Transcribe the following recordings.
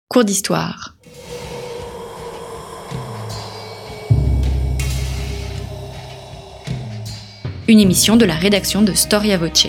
Cours d'histoire. Une émission de la rédaction de Storia Voce.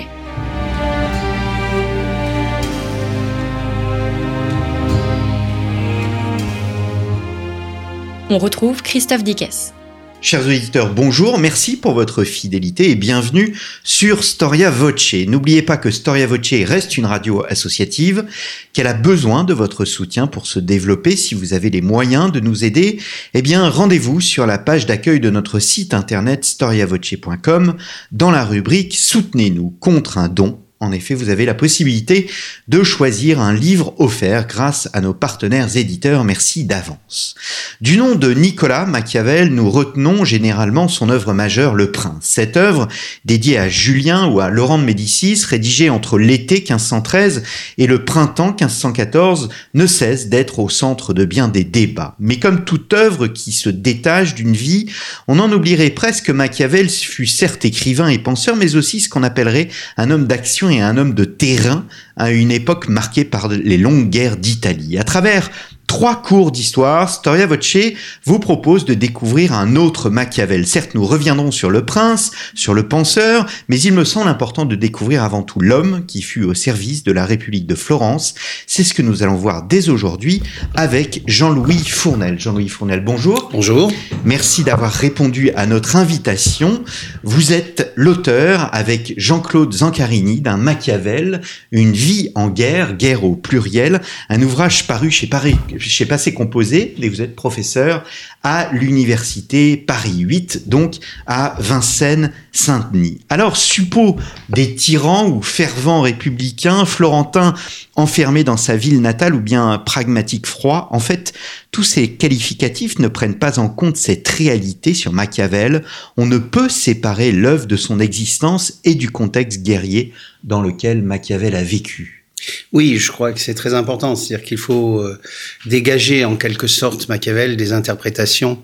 On retrouve Christophe Dickès. Chers auditeurs, bonjour, merci pour votre fidélité et bienvenue sur Storia Voce. N'oubliez pas que Storia Voce reste une radio associative, qu'elle a besoin de votre soutien pour se développer. Si vous avez les moyens de nous aider, eh bien rendez-vous sur la page d'accueil de notre site internet storiavoce.com dans la rubrique « Soutenez-nous » contre un don. En effet, vous avez la possibilité de choisir un livre offert grâce à nos partenaires éditeurs. Merci d'avance. Du nom de Nicolas Machiavel, nous retenons généralement son œuvre majeure, Le Prince. Cette œuvre, dédiée à Julien ou à Laurent de Médicis, rédigée entre l'été 1513 et le printemps 1514, ne cesse d'être au centre de bien des débats. Mais comme toute œuvre qui se détache d'une vie, on en oublierait presque que Machiavel fut certes écrivain et penseur, mais aussi ce qu'on appellerait un homme d'action et un homme de terrain à une époque marquée par les longues guerres d'Italie. À travers 3 cours d'histoire, Storia Voce vous propose de découvrir un autre Machiavel. Certes, nous reviendrons sur le prince, sur le penseur, mais il me semble important de découvrir avant tout l'homme qui fut au service de la République de Florence. C'est ce que nous allons voir dès aujourd'hui avec Jean-Louis Fournel. Jean-Louis Fournel, bonjour. Bonjour. Merci d'avoir répondu à notre invitation. Vous êtes l'auteur, avec Jean-Claude Zancarini, d'un Machiavel, Une vie en guerre, guerre au pluriel, un ouvrage paru chez Passé Composé, et vous êtes professeur à l'université Paris 8, donc à Vincennes-Saint-Denis. Alors, suppos des tyrans ou fervents républicains, florentins enfermés dans sa ville natale ou bien pragmatique froid, en fait, tous ces qualificatifs ne prennent pas en compte cette réalité sur Machiavel. On ne peut séparer l'œuvre de son existence et du contexte guerrier dans lequel Machiavel a vécu. Oui, je crois que c'est très important. C'est-à-dire qu'il faut dégager en quelque sorte Machiavel des interprétations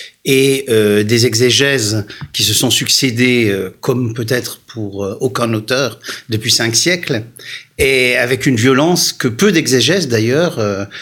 et des exégèses qui se sont succédées, comme peut-être pour aucun auteur, depuis 5 siècles, et avec une violence que peu d'exégèses d'ailleurs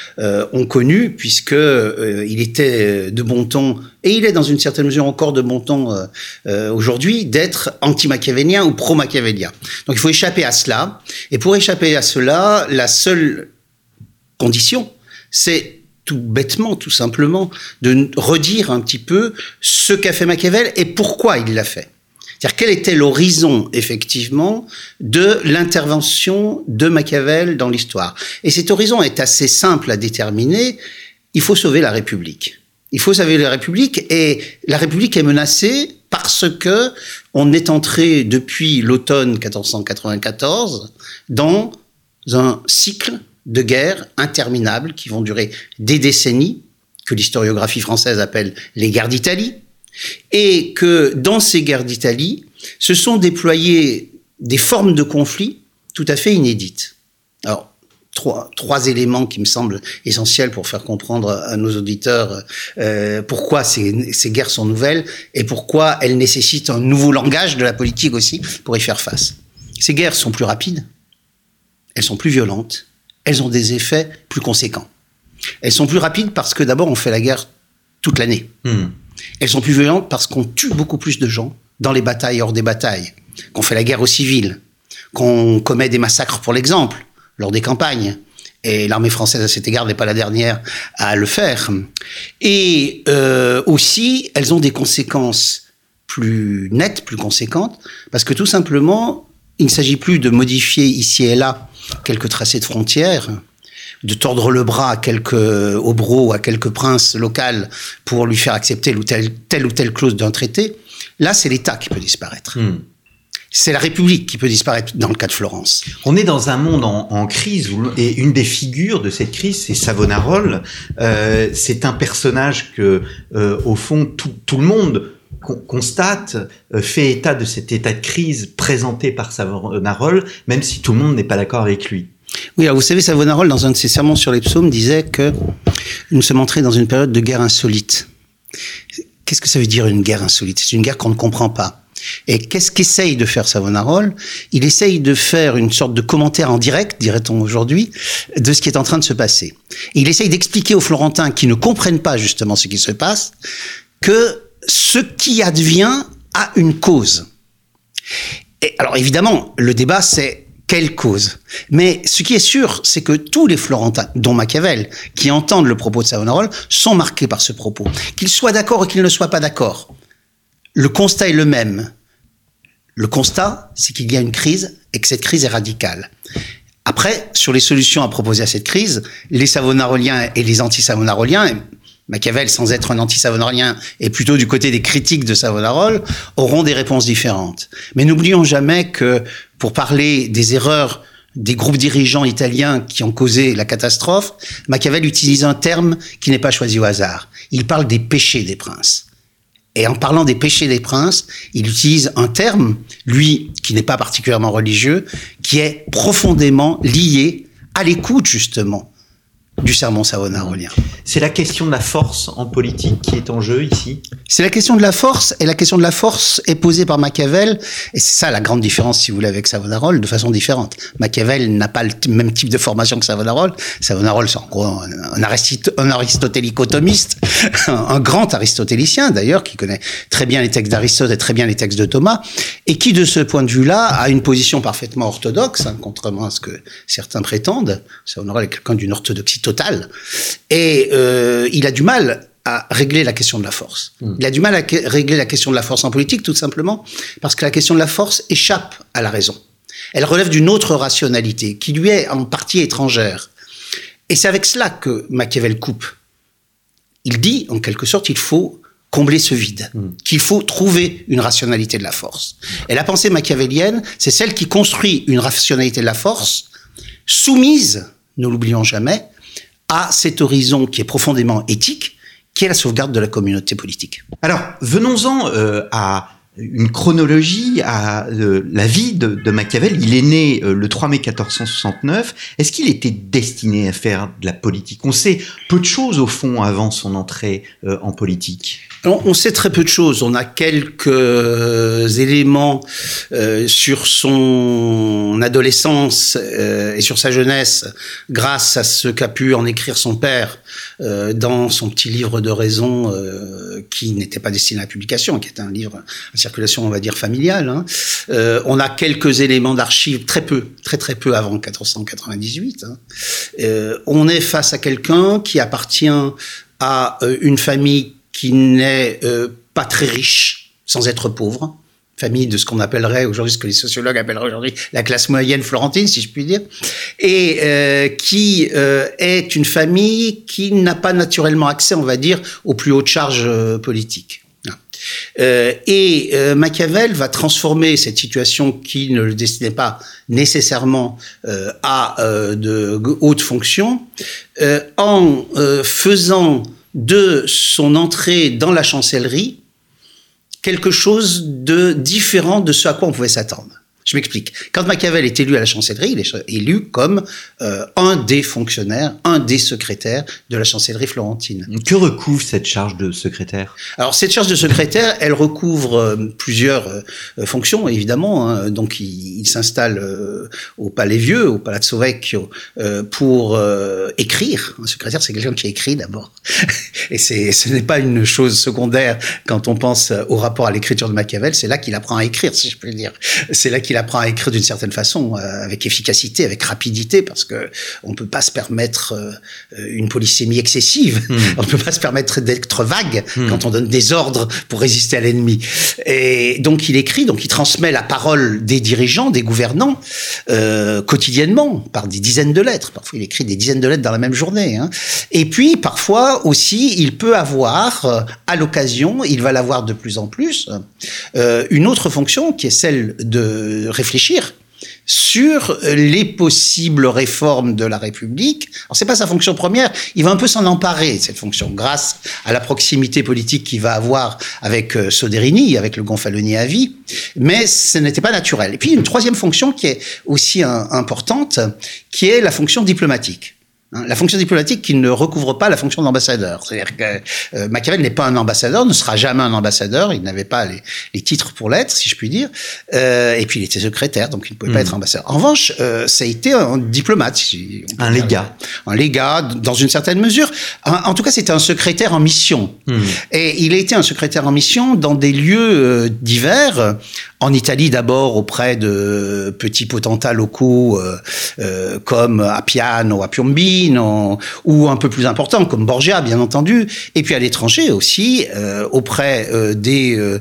ont connue, puisque il était de bon ton, et il est dans une certaine mesure encore de bon ton aujourd'hui, d'être anti-machiavélien ou pro-machiavélien. Donc il faut échapper à cela, et pour échapper à cela, la seule condition, c'est tout bêtement, tout simplement, de redire un petit peu ce qu'a fait Machiavel et pourquoi il l'a fait. C'est-à-dire quel était l'horizon, effectivement, de l'intervention de Machiavel dans l'histoire. Et cet horizon est assez simple à déterminer. Il faut sauver la République. Il faut sauver la République, et la République est menacée parce que on est entré depuis l'automne 1494 dans un cycle de guerres interminables qui vont durer des décennies, que l'historiographie française appelle les guerres d'Italie, et que dans ces guerres d'Italie se sont déployées des formes de conflits tout à fait inédites. Alors, trois éléments qui me semblent essentiels pour faire comprendre à nos auditeurs pourquoi ces guerres sont nouvelles et pourquoi elles nécessitent un nouveau langage de la politique aussi pour y faire face. Ces guerres sont plus rapides, elles sont plus violentes, elles ont des effets plus conséquents. Elles sont plus rapides parce que d'abord on fait la guerre toute l'année. Elles sont plus violentes parce qu'on tue beaucoup plus de gens dans les batailles et hors des batailles, qu'on fait la guerre aux civils, qu'on commet des massacres pour l'exemple, lors des campagnes. Et l'armée française à cet égard n'est pas la dernière à le faire. Et aussi, elles ont des conséquences plus nettes, plus conséquentes, parce que tout simplement, il ne s'agit plus de modifier ici et là quelques tracés de frontières, de tordre le bras à quelques hobereaux ou à quelques princes locaux pour lui faire accepter telle ou telle clause d'un traité. Là, c'est l'État qui peut disparaître. C'est la République qui peut disparaître dans le cas de Florence. On est dans un monde en crise, et une des figures de cette crise, c'est Savonarole. C'est un personnage que, au fond, tout le monde constate, fait état de cet état de crise présenté par Savonarole, même si tout le monde n'est pas d'accord avec lui. Oui, alors vous savez, Savonarole, dans un de ses sermons sur les psaumes, disait que nous sommes entrés dans une période de guerre insolite. Qu'est-ce que ça veut dire une guerre insolite ? C'est une guerre qu'on ne comprend pas. Et qu'est-ce qu'essaye de faire Savonarole? Il essaye de faire une sorte de commentaire en direct, dirait-on aujourd'hui, de ce qui est en train de se passer. Et il essaye d'expliquer aux Florentins qui ne comprennent pas justement ce qui se passe, que ce qui advient a une cause. Et alors évidemment, le débat c'est quelle cause? Mais ce qui est sûr, c'est que tous les Florentins, dont Machiavel, qui entendent le propos de Savonarole, sont marqués par ce propos. Qu'ils soient d'accord ou qu'ils ne soient pas d'accord. Le constat est le même. Le constat, c'est qu'il y a une crise et que cette crise est radicale. Après, sur les solutions à proposer à cette crise, les savonaroliens et les anti-savonaroliens, et Machiavel, sans être un anti-savonarolien, est plutôt du côté des critiques de Savonarole, auront des réponses différentes. Mais n'oublions jamais que, pour parler des erreurs des groupes dirigeants italiens qui ont causé la catastrophe, Machiavel utilise un terme qui n'est pas choisi au hasard. Il parle des péchés des princes. Et en parlant des péchés des princes, il utilise un terme, lui, qui n'est pas particulièrement religieux, qui est profondément lié à l'écoute, justement, du sermon savonarolien. C'est la question de la force en politique qui est en jeu ici? C'est la question de la force, et la question de la force est posée par Machiavel, et c'est ça la grande différence, si vous voulez, avec Savonarole, de façon différente. Machiavel n'a pas le même type de formation que Savonarole. Savonarole, c'est en gros un aristotélico-thomiste, un grand aristotélicien, d'ailleurs, qui connaît très bien les textes d'Aristote et très bien les textes de Thomas, et qui, de ce point de vue-là, a une position parfaitement orthodoxe, contrairement à ce que certains prétendent. Savonarole est quelqu'un d'une orthodoxie totale, et il a du mal à régler la question de la force. Il a du mal à régler la question de la force en politique, tout simplement parce que la question de la force échappe à la raison. Elle relève d'une autre rationalité, qui lui est en partie étrangère. Et c'est avec cela que Machiavel coupe. Il dit, en quelque sorte, il faut combler ce vide, qu'il faut trouver une rationalité de la force. Et la pensée machiavélienne, c'est celle qui construit une rationalité de la force soumise, ne l'oublions jamais, à cet horizon qui est profondément éthique, qui est la sauvegarde de la communauté politique. Alors, venons-en à une chronologie, à la vie de Machiavel. Il est né le 3 mai 1469. Est-ce qu'il était destiné à faire de la politique? On sait peu de choses, au fond, avant son entrée en politique. On sait très peu de choses. On a quelques éléments sur son adolescence et sur sa jeunesse, grâce à ce qu'a pu en écrire son père dans son petit livre de raison qui n'était pas destiné à la publication, qui était un livre à circulation, on va dire, familiale. Hein. On a quelques éléments d'archives, très peu avant 1498. Hein. On est face à quelqu'un qui appartient à une famille qui n'est pas très riche, sans être pauvre, famille de ce qu'on appellerait aujourd'hui, ce que les sociologues appelleraient aujourd'hui la classe moyenne florentine, si je puis dire, et qui est une famille qui n'a pas naturellement accès, on va dire, aux plus hautes charges politiques. Et Machiavel va transformer cette situation qui ne le destinait pas nécessairement à de hautes fonctions en faisant de son entrée dans la chancellerie quelque chose de différent de ce à quoi on pouvait s'attendre. Je m'explique. Quand Machiavel est élu à la chancellerie, il est élu comme un des fonctionnaires, un des secrétaires de la chancellerie florentine. Que recouvre cette charge de secrétaire? Alors, cette charge de secrétaire, elle recouvre plusieurs fonctions, évidemment. Hein. Donc, il s'installe au Palais Vieux, au Palazzo Vecchio, pour écrire. Un secrétaire, c'est quelqu'un qui écrit d'abord. Et ce n'est pas une chose secondaire quand on pense au rapport à l'écriture de Machiavel. C'est là qu'il apprend à écrire, si je puis dire. C'est là qu'il apprend à écrire d'une certaine façon, avec efficacité, avec rapidité, parce que on peut pas se permettre une polysémie excessive. On ne peut pas se permettre d'être vague quand on donne des ordres pour résister à l'ennemi. Et donc il écrit, donc il transmet la parole des dirigeants, des gouvernants, quotidiennement, par des dizaines de lettres. Parfois il écrit des dizaines de lettres dans la même journée. Hein. Et puis parfois aussi, il peut avoir, à l'occasion, il va l'avoir de plus en plus, une autre fonction qui est celle de réfléchir sur les possibles réformes de la République. Alors c'est pas sa fonction première, il va un peu s'en emparer de cette fonction grâce à la proximité politique qu'il va avoir avec Soderini, avec le Gonfalonier à vie, mais ce n'était pas naturel. Et puis une troisième fonction qui est aussi importante, qui est la fonction diplomatique. La fonction diplomatique qui ne recouvre pas la fonction d'ambassadeur. C'est-à-dire que Machiavel n'est pas un ambassadeur, ne sera jamais un ambassadeur. Il n'avait pas les titres pour l'être, si je puis dire. Et puis il était secrétaire, donc il ne pouvait pas être ambassadeur. En revanche, ça a été un diplomate. Si un légat. Un légat, dans une certaine mesure. En tout cas, c'était un secrétaire en mission. Et il a été un secrétaire en mission dans des lieux divers. En Italie, d'abord, auprès de petits potentats locaux comme Appiano, à Piombino, ou un peu plus importants comme Borgia, bien entendu. Et puis à l'étranger aussi, auprès deux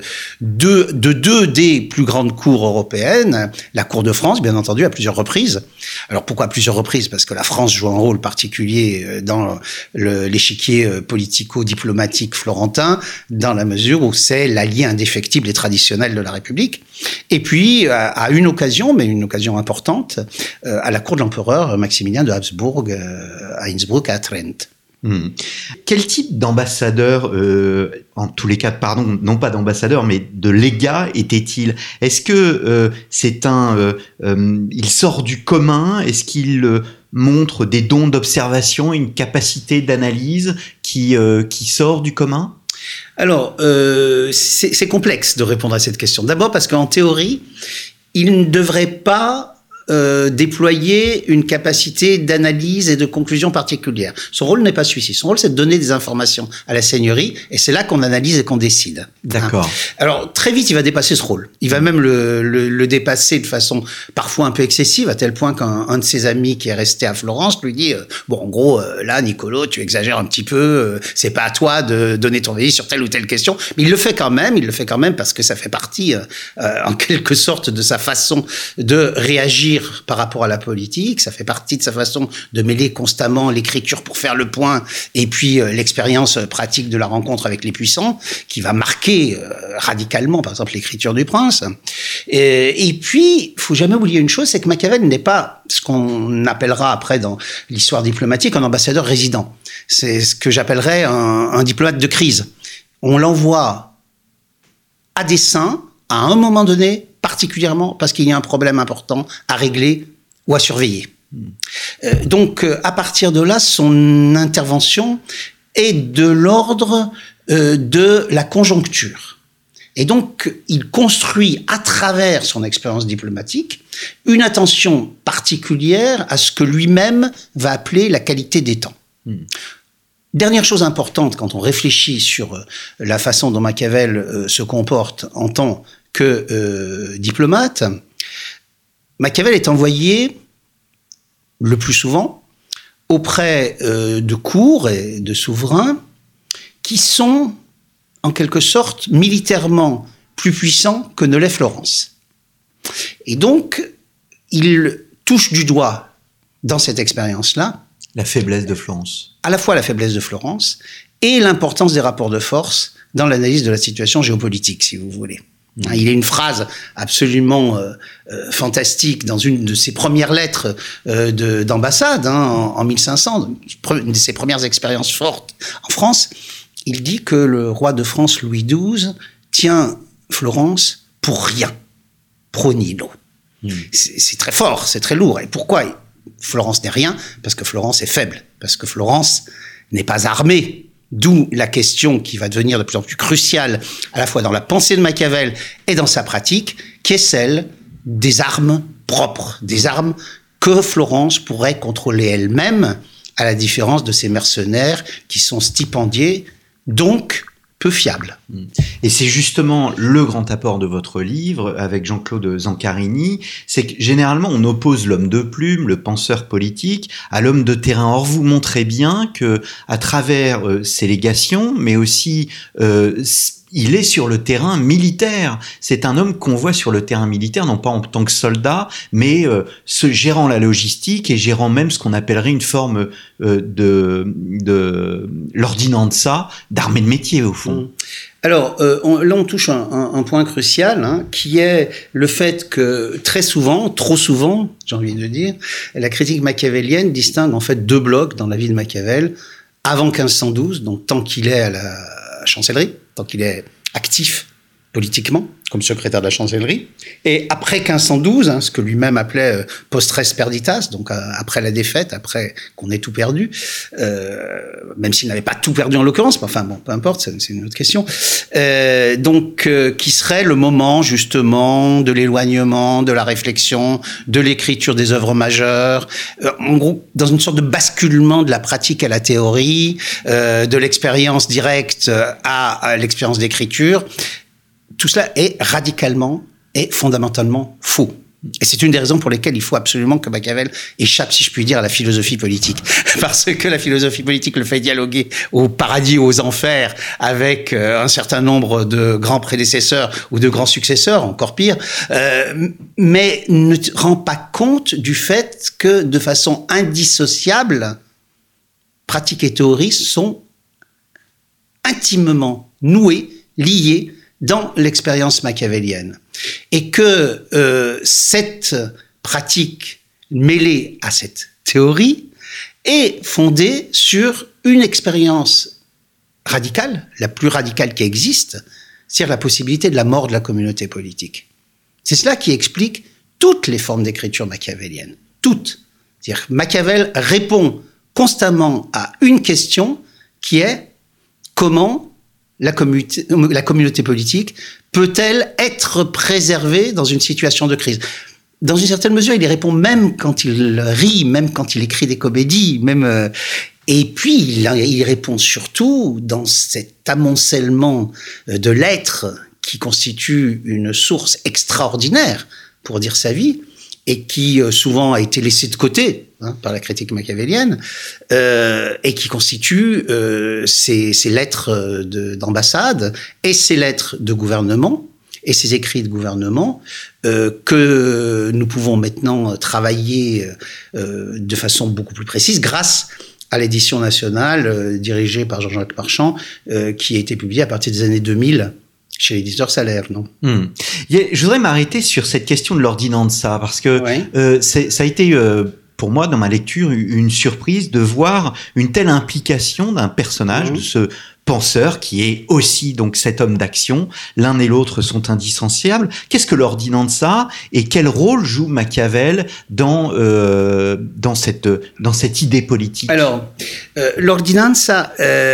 des plus grandes cours européennes, la cour de France, bien entendu, à plusieurs reprises. Alors pourquoi à plusieurs reprises? Parce que la France joue un rôle particulier dans l'échiquier politico-diplomatique florentin, dans la mesure où c'est l'allié indéfectible et traditionnel de la République. Et puis, à une occasion, mais une occasion importante, à la cour de l'empereur Maximilien de Habsbourg, à Innsbruck, à Trent. Quel type d'ambassadeur, en tous les cas, pardon, non pas d'ambassadeur, mais de légat était-il? Est-ce que il sort du commun? Est-ce qu'il montre des dons d'observation, une capacité d'analyse qui sort du commun? Alors, c'est complexe de répondre à cette question. D'abord parce qu'en théorie, il ne devrait pas déployer une capacité d'analyse et de conclusion particulière. Son rôle n'est pas celui-ci. Son rôle, c'est de donner des informations à la seigneurie, et c'est là qu'on analyse et qu'on décide. D'accord. Alors, très vite, il va dépasser ce rôle. Il va même le dépasser de façon parfois un peu excessive, à tel point qu'un de ses amis qui est resté à Florence lui dit bon, en gros, là, Niccolo, tu exagères un petit peu, c'est pas à toi de donner ton avis sur telle ou telle question. Mais il le fait quand même parce que ça fait partie, en quelque sorte, de sa façon de réagir par rapport à la politique, ça fait partie de sa façon de mêler constamment l'écriture pour faire le point et puis l'expérience pratique de la rencontre avec les puissants qui va marquer radicalement, par exemple, l'écriture du Prince. Et puis, faut jamais oublier une chose, c'est que Machiavel n'est pas ce qu'on appellera après dans l'histoire diplomatique un ambassadeur résident. C'est ce que j'appellerais un diplomate de crise. On l'envoie à dessein, à un moment donné, particulièrement parce qu'il y a un problème important à régler ou à surveiller. Donc, à partir de là, son intervention est de l'ordre de la conjoncture. Et donc, il construit à travers son expérience diplomatique une attention particulière à ce que lui-même va appeler la qualité des temps. Dernière chose importante quand on réfléchit sur la façon dont Machiavel se comporte en tant que diplomate, Machiavel est envoyé le plus souvent auprès de cours et de souverains qui sont en quelque sorte militairement plus puissants que ne l'est Florence. Et donc, il touche du doigt dans cette expérience-là la faiblesse de Florence. À la fois la faiblesse de Florence et l'importance des rapports de force dans l'analyse de la situation géopolitique, si vous voulez. Il y a une phrase absolument fantastique dans une de ses premières lettres d'ambassade en 1500, une de ses premières expériences fortes en France. Il dit que le roi de France Louis XII tient Florence pour rien, pro nihilo. C'est très fort, c'est très lourd. Et pourquoi Florence n'est rien? Parce que Florence est faible, parce que Florence n'est pas armée. D'où la question qui va devenir de plus en plus cruciale, à la fois dans la pensée de Machiavel et dans sa pratique, qui est celle des armes propres, des armes que Florence pourrait contrôler elle-même, à la différence de ses mercenaires qui sont stipendiés, donc peu fiables. Et c'est justement le grand apport de votre livre, avec Jean-Claude Zancarini, c'est que généralement on oppose l'homme de plume, le penseur politique, à l'homme de terrain. Or vous montrez bien que à travers ces légations, mais aussi il est sur le terrain militaire. C'est un homme qu'on voit sur le terrain militaire, non pas en tant que soldat, mais gérant la logistique et gérant même ce qu'on appellerait une forme de l'ordinanza, d'armée de métier au fond. Alors, là on touche un point crucial, qui est le fait que très souvent, trop souvent, j'ai envie de dire, la critique machiavélienne distingue en fait deux blocs dans la vie de Machiavel, avant 1512, donc tant qu'il est à la chancellerie, tant qu'il est actif politiquement, comme secrétaire de la chancellerie. Et après 1512, ce que lui-même appelait postres perditas, donc après la défaite, après qu'on ait tout perdu, même s'il n'avait pas tout perdu en l'occurrence, mais enfin bon, peu importe, c'est une autre question. Qui serait le moment justement de l'éloignement, de la réflexion, de l'écriture des œuvres majeures, en gros, dans une sorte de basculement de la pratique à la théorie, de l'expérience directe à l'expérience d'écriture. Tout cela est radicalement et fondamentalement faux. Et c'est une des raisons pour lesquelles il faut absolument que Machiavel échappe, si je puis dire, à la philosophie politique. Parce que la philosophie politique le fait dialoguer au paradis ou aux enfers avec un certain nombre de grands prédécesseurs ou de grands successeurs, encore pire, mais ne rend pas compte du fait que, de façon indissociable, pratique et théorie sont intimement nouées, liées, dans l'expérience machiavélienne. Et que cette pratique mêlée à cette théorie est fondée sur une expérience radicale, la plus radicale qui existe, c'est-à-dire la possibilité de la mort de la communauté politique. C'est cela qui explique toutes les formes d'écriture machiavélienne. Toutes. C'est-à-dire que Machiavel répond constamment à une question qui est comment la communauté politique peut-elle être préservée dans une situation de crise? Dans une certaine mesure, il y répond même quand il rit, même quand il écrit des comédies, même. Et puis, il répond surtout dans cet amoncellement de lettres qui constitue une source extraordinaire pour dire sa vie et qui souvent a été laissée de côté par la critique machiavélienne, et qui constitue ces lettres d'ambassade et ces lettres de gouvernement et ces écrits de gouvernement que nous pouvons maintenant travailler de façon beaucoup plus précise grâce à l'édition nationale dirigée par Jean-Jacques Marchand, qui a été publiée à partir des années 2000 chez l'éditeur Salaire, non? Je voudrais m'arrêter sur cette question de l'ordinanza, parce que ça a été, pour moi, dans ma lecture, une surprise de voir une telle implication d'un personnage, de ce penseur qui est aussi donc cet homme d'action. L'un et l'autre sont indissociables. Qu'est-ce que l'ordinanza et quel rôle joue Machiavel dans cette idée politique? Alors, l'ordinanza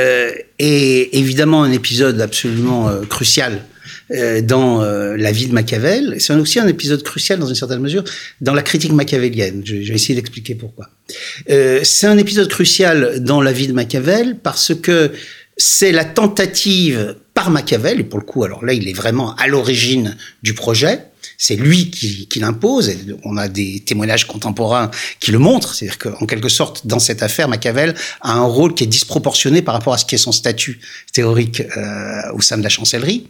est évidemment un épisode absolument crucial dans la vie de Machiavel. C'est aussi un épisode crucial, dans une certaine mesure, dans la critique machiavélienne. Je vais essayer d'expliquer pourquoi. C'est un épisode crucial dans la vie de Machiavel parce que c'est la tentative par Machiavel, et pour le coup, alors là, il est vraiment à l'origine du projet. C'est lui qui l'impose, et on a des témoignages contemporains qui le montrent. C'est-à-dire qu'en quelque sorte, dans cette affaire, Machiavel a un rôle qui est disproportionné par rapport à ce qui est son statut théorique au sein de la chancellerie,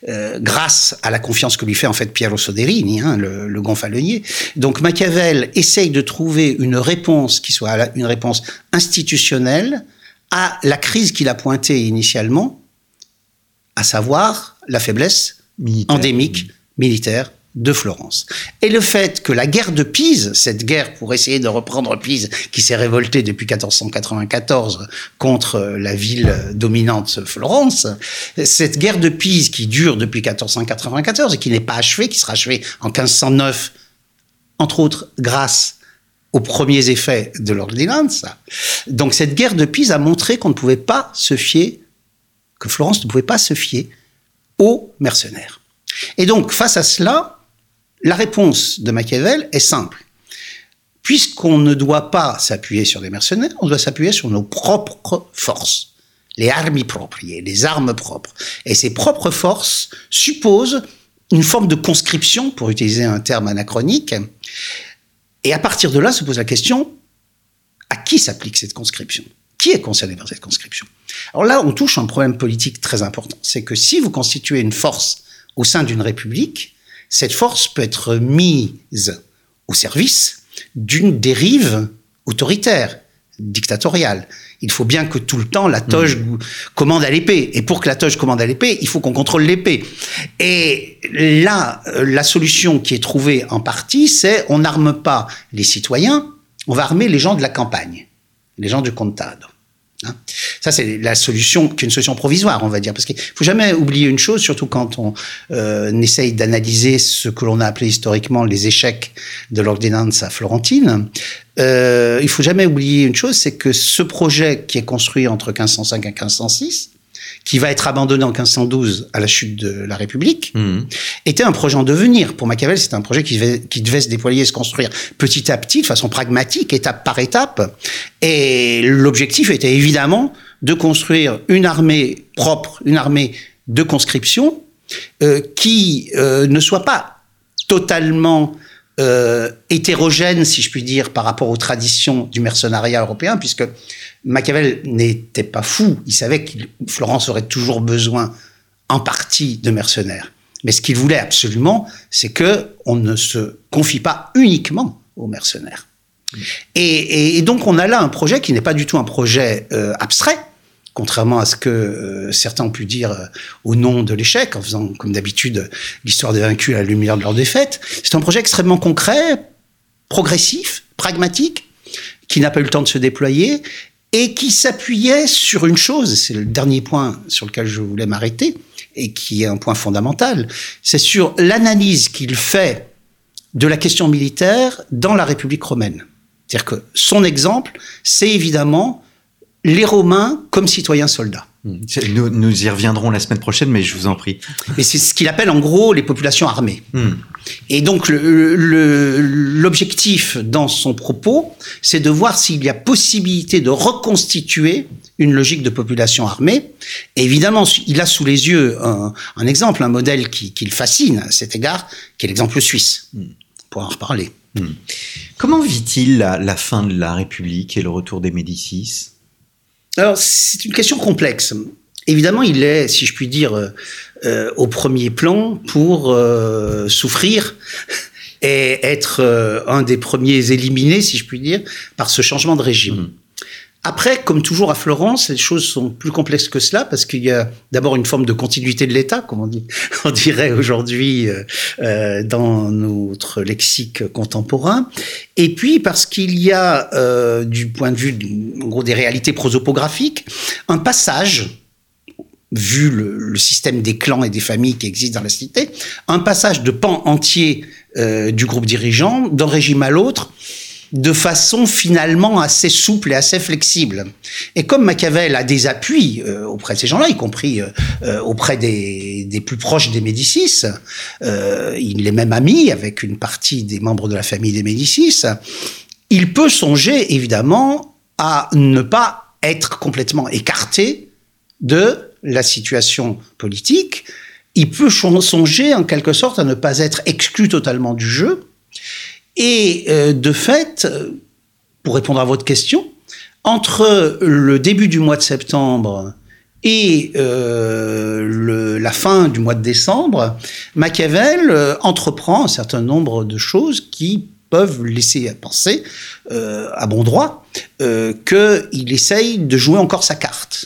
grâce à la confiance que lui fait en fait Piero Soderini, le gonfalonier. Donc Machiavel essaye de trouver une réponse qui soit une réponse institutionnelle à la crise qu'il a pointée initialement, à savoir la faiblesse endémique militaire de Florence. Et le fait que la guerre de Pise, cette guerre pour essayer de reprendre Pise, qui s'est révoltée depuis 1494 contre la ville dominante Florence, cette guerre de Pise qui dure depuis 1494 et qui n'est pas achevée, qui sera achevée en 1509, entre autres grâce aux premiers effets de l'ordinanza. Donc cette guerre de Pise a montré qu'on ne pouvait pas se fier, que Florence ne pouvait pas se fier aux mercenaires. Et donc, face à cela, la réponse de Machiavel est simple. Puisqu'on ne doit pas s'appuyer sur des mercenaires, on doit s'appuyer sur nos propres forces, les armi proprie, les armes propres. Et ces propres forces supposent une forme de conscription, pour utiliser un terme anachronique. Et à partir de là, se pose la question, à qui s'applique cette conscription ? Qui est concerné par cette conscription ? Alors là, on touche à un problème politique très important. C'est que si vous constituez une force au sein d'une république, cette force peut être mise au service d'une dérive autoritaire, dictatoriale. Il faut bien que tout le temps la toge commande à l'épée. Et pour que la toge commande à l'épée, il faut qu'on contrôle l'épée. Et là, la solution qui est trouvée en partie, c'est on n'arme pas les citoyens, on va armer les gens de la campagne, les gens du contado. Ça, c'est la solution, qui est une solution provisoire, on va dire. Parce qu'il faut jamais oublier une chose, surtout quand on essaye d'analyser ce que l'on a appelé historiquement les échecs de l'ordinanza florentine. Il faut jamais oublier une chose, c'est que ce projet qui est construit entre 1505 et 1506, qui va être abandonné en 1512 à la chute de la République, était un projet en devenir. Pour Machiavel, c'était un projet qui devait se déployer et se construire petit à petit, de façon pragmatique, étape par étape. Et l'objectif était évidemment de construire une armée propre, une armée de conscription, qui ne soit pas totalement hétérogène, si je puis dire, par rapport aux traditions du mercenariat européen, puisque Machiavel n'était pas fou. Il savait que Florence aurait toujours besoin, en partie, de mercenaires. Mais ce qu'il voulait absolument, c'est que on ne se confie pas uniquement aux mercenaires. Et donc, on a là un projet qui n'est pas du tout un projet abstrait, contrairement à ce que certains ont pu dire au nom de l'échec, en faisant, comme d'habitude, l'histoire des vaincus à la lumière de leur défaite. C'est un projet extrêmement concret, progressif, pragmatique, qui n'a pas eu le temps de se déployer, et qui s'appuyait sur une chose, c'est le dernier point sur lequel je voulais m'arrêter, et qui est un point fondamental, c'est sur l'analyse qu'il fait de la question militaire dans la République romaine. C'est-à-dire que son exemple, c'est évidemment les Romains comme citoyens soldats. Nous y reviendrons la semaine prochaine, mais je vous en prie. Et c'est ce qu'il appelle en gros les populations armées. Et donc l'objectif dans son propos, c'est de voir s'il y a possibilité de reconstituer une logique de population armée. Et évidemment, il a sous les yeux un exemple, un modèle qui le fascine à cet égard, qui est l'exemple suisse. On pourra en reparler. Comment vit-il la fin de la République et le retour des Médicis ? Alors, c'est une question complexe. Évidemment, il est, si je puis dire, au premier plan pour souffrir et être un des premiers éliminés, si je puis dire, par ce changement de régime. Après, comme toujours à Florence, les choses sont plus complexes que cela parce qu'il y a d'abord une forme de continuité de l'État, comme on dirait aujourd'hui dans notre lexique contemporain. Et puis parce qu'il y a, du point de vue en gros des réalités prosopographiques, un passage, vu le système des clans et des familles qui existent dans la cité, un passage de pans entiers du groupe dirigeant d'un régime à l'autre, de façon finalement assez souple et assez flexible. Et comme Machiavel a des appuis auprès de ces gens-là, y compris auprès des plus proches des Médicis, il est même ami avec une partie des membres de la famille des Médicis, il peut songer évidemment à ne pas être complètement écarté de la situation politique. Il peut songer en quelque sorte à ne pas être exclu totalement du jeu. Et de fait, pour répondre à votre question, entre le début du mois de septembre et la fin du mois de décembre, Machiavel entreprend un certain nombre de choses qui peuvent laisser penser, à bon droit, qu'il essaye de jouer encore sa carte.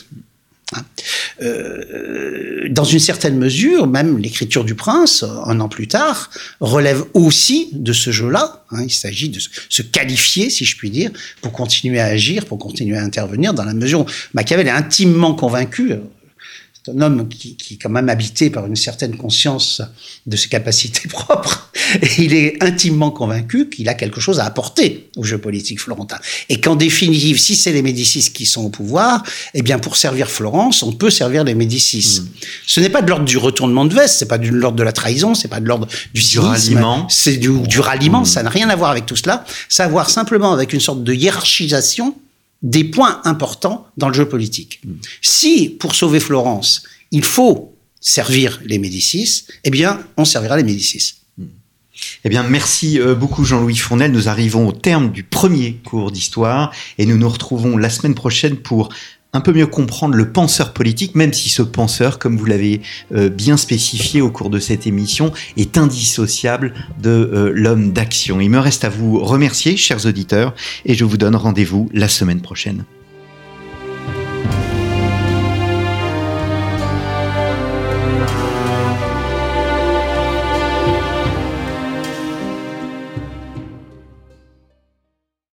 Dans une certaine mesure, même l'écriture du Prince, un an plus tard, relève aussi de ce jeu-là. Il s'agit de se qualifier, si je puis dire, pour continuer à agir, pour continuer à intervenir, dans la mesure où Machiavel est intimement convaincu. C'est un homme qui est quand même habité par une certaine conscience de ses capacités propres. Et il est intimement convaincu qu'il a quelque chose à apporter au jeu politique florentin. Et qu'en définitive, si c'est les Médicis qui sont au pouvoir, eh bien, pour servir Florence, on peut servir les Médicis. Ce n'est pas de l'ordre du retournement de veste, c'est pas de l'ordre de la trahison, c'est pas de l'ordre du cynisme. Ralliement. C'est du ralliement, ça n'a rien à voir avec tout cela. Ça a à voir simplement avec une sorte de hiérarchisation des points importants dans le jeu politique. Si, pour sauver Florence, il faut servir les Médicis, eh bien, on servira les Médicis. Eh bien, merci beaucoup Jean-Louis Fournel. Nous arrivons au terme du premier cours d'histoire et nous nous retrouvons la semaine prochaine pour un peu mieux comprendre le penseur politique, même si ce penseur, comme vous l'avez bien spécifié au cours de cette émission, est indissociable de l'homme d'action. Il me reste à vous remercier, chers auditeurs, et je vous donne rendez-vous la semaine prochaine.